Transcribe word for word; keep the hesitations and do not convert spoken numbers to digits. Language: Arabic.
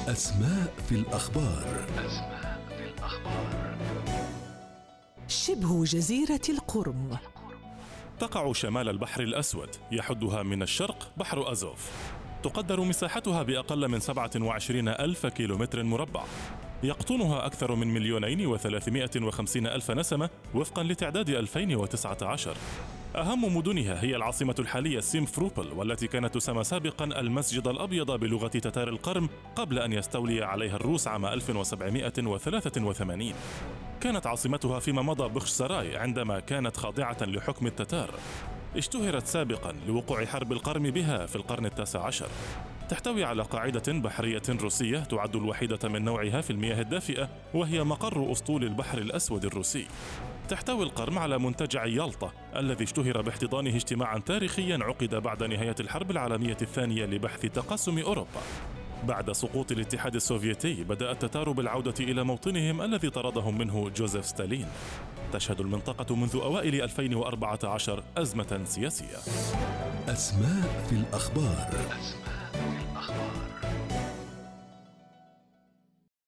أسماء في الأخبار. أسماء في الأخبار. شبه جزيرة القرم تقع شمال البحر الأسود، يحدها من الشرق بحر أزوف. تقدر مساحتها بأقل من سبعة وعشرين ألف كيلومتر مربع. يقطنها أكثر من مليونين وثلاثمائة وخمسين ألف نسمة وفقا لتعداد ألفين وتسعة عشر. أهم مدنها هي العاصمة الحالية سيمفروبل، والتي كانت تسمى سابقا المسجد الأبيض بلغة تتار القرم قبل أن يستولي عليها الروس عام ألف وسبعمائة وثلاثة وثمانين. كانت عاصمتها فيما مضى بخشسراي عندما كانت خاضعة لحكم التتار. اشتهرت سابقا لوقوع حرب القرم بها في القرن التاسع عشر. تحتوي على قاعدة بحرية روسية تعد الوحيدة من نوعها في المياه الدافئة، وهي مقر أسطول البحر الأسود الروسي. تحتوي القرم على منتجع يالطا الذي اشتهر باحتضانه اجتماعا تاريخيا عقد بعد نهاية الحرب العالمية الثانية لبحث تقاسم أوروبا. بعد سقوط الاتحاد السوفيتي بدأ التتار بالعودة إلى موطنهم الذي طردهم منه جوزيف ستالين. تشهد المنطقة منذ أوائل ألفين وأربعة عشر أزمة سياسية. أسماء في الأخبار. أسماء في الأخبار.